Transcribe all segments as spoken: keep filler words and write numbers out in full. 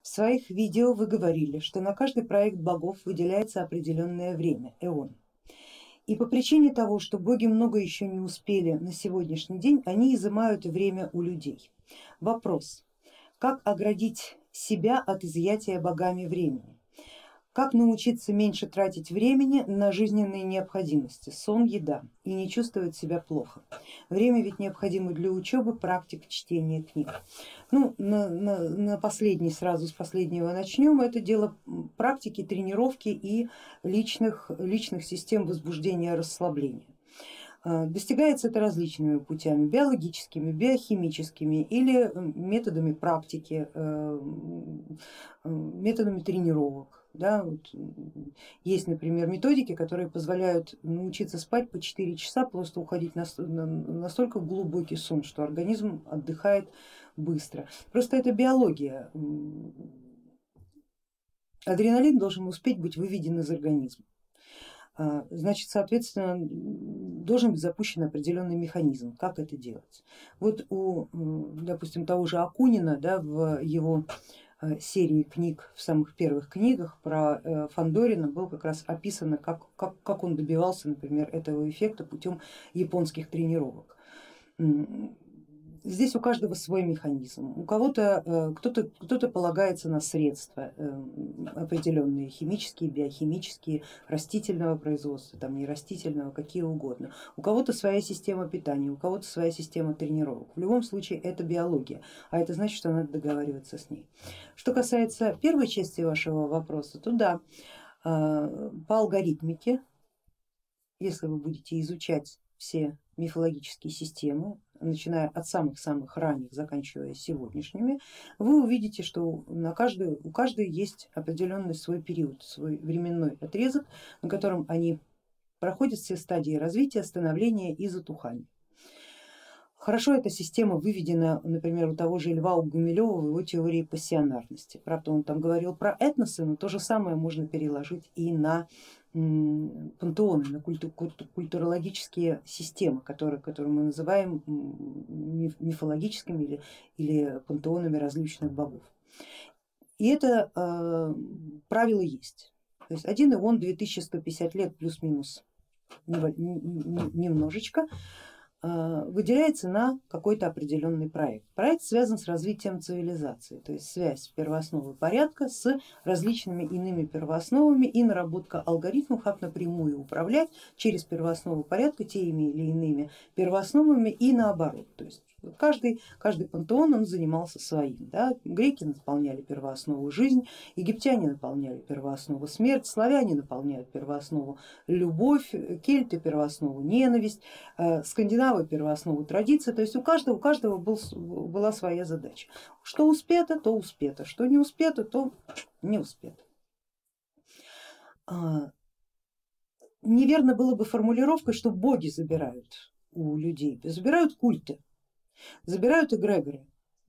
В своих видео вы говорили, что на каждый проект богов выделяется определенное время, эон. И по причине того, что боги много еще не успели на сегодняшний день, они изымают время у людей. Вопрос, как оградить себя от изъятия богами времени? Как научиться меньше тратить времени на жизненные необходимости, сон, еда, и не чувствовать себя плохо? Время ведь необходимо для учебы, практик, чтения книг. Ну, на, на, на последний, сразу с последнего начнем, это дело практики, тренировки и личных, личных систем возбуждения, расслабления. Достигается это различными путями, биологическими, биохимическими или методами практики, методами тренировок. Да, вот есть, например, методики, которые позволяют научиться спать по четыре часа, просто уходить настолько в глубокий сон, что организм отдыхает быстро. Просто это биология. Адреналин должен успеть быть выведен из организма. Значит, соответственно, должен быть запущен определенный механизм, как это делать. Вот у, допустим, того же Акунина, да, в его серии книг, в самых первых книгах про Фандорина было как раз описано, как, как, как он добивался, например, этого эффекта путем японских тренировок. Здесь у каждого свой механизм, у кого-то кто-то кто-то полагается на средства определенные, химические, биохимические, растительного производства, там не растительного, какие угодно. У кого-то своя система питания, у кого-то своя система тренировок. В любом случае это биология, а это значит, что надо договариваться с ней. Что касается первой части вашего вопроса, то да, по алгоритмике, если вы будете изучать все мифологические системы, начиная от самых-самых ранних, заканчивая сегодняшними, вы увидите, что на каждую, у каждой есть определенный свой период, свой временной отрезок, на котором они проходят все стадии развития, становления и затухания. Хорошо эта система выведена, например, у того же Льва Гумилева в его теории пассионарности. Правда, он там говорил про этносы, но то же самое можно переложить и на пантеоны, на культу, культурологические системы, которые, которые мы называем мифологическими или, или пантеонами различных богов. И это э, правило есть. То есть один эон две тысячи сто пятьдесят лет плюс-минус немножечко выделяется на какой-то определенный проект. Проект связан с развитием цивилизации, то есть связь первоосновы порядка с различными иными первоосновами и наработка алгоритмов, как напрямую управлять через первооснову порядка теми или иными первоосновами и наоборот. То есть каждый, каждый пантеон он занимался своим. Да? Греки наполняли первооснову жизнь, египтяне наполняли первооснову смерть, славяне наполняют первооснову любовь, кельты первооснову ненависть, скандинавы первооснову традиции, то есть у каждого, у каждого был, была своя задача. Что успето, то успето, что не успето, то не успето. Неверно было бы формулировкой, что боги забирают у людей, забирают культы, забирают эгрегоры.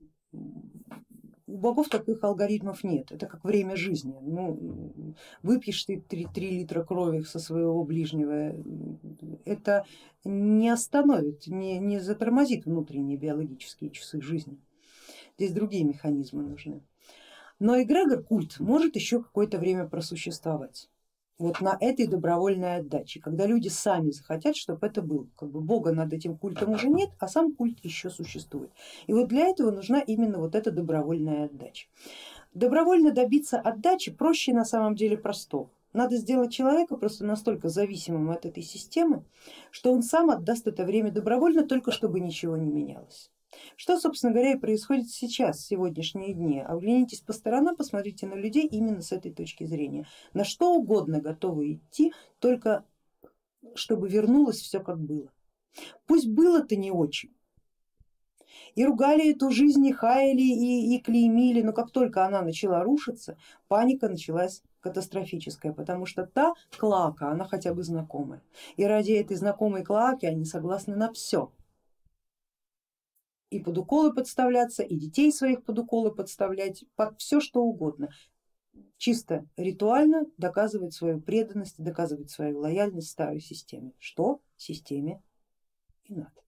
У богов таких алгоритмов нет, это как время жизни. Ну, выпьешь ты три литра крови со своего ближнего, это не остановит, не, не затормозит внутренние биологические часы жизни. Здесь другие механизмы нужны. Но эгрегор, культ, может еще какое-то время просуществовать. Вот на этой добровольной отдаче, когда люди сами захотят, чтобы это было, как бы бога над этим культом уже нет, а сам культ еще существует. И вот для этого нужна именно вот эта добровольная отдача. Добровольно добиться отдачи проще на самом деле простого. Надо сделать человека просто настолько зависимым от этой системы, что он сам отдаст это время добровольно, только чтобы ничего не менялось. Что, собственно говоря, и происходит сейчас, в сегодняшние дни. Оглянитесь по сторонам, посмотрите на людей именно с этой точки зрения. На что угодно готовы идти, только чтобы вернулось все как было. Пусть было-то не очень. И ругали эту жизнь, и хаяли, и, и клеймили, но как только она начала рушиться, паника началась катастрофическая, потому что та клоака, она хотя бы знакомая. И ради этой знакомой клоаки они согласны на все. И под уколы подставляться, и детей своих под уколы подставлять, под все что угодно. Чисто ритуально доказывать свою преданность, доказывать свою лояльность старой системе, что системе и надо.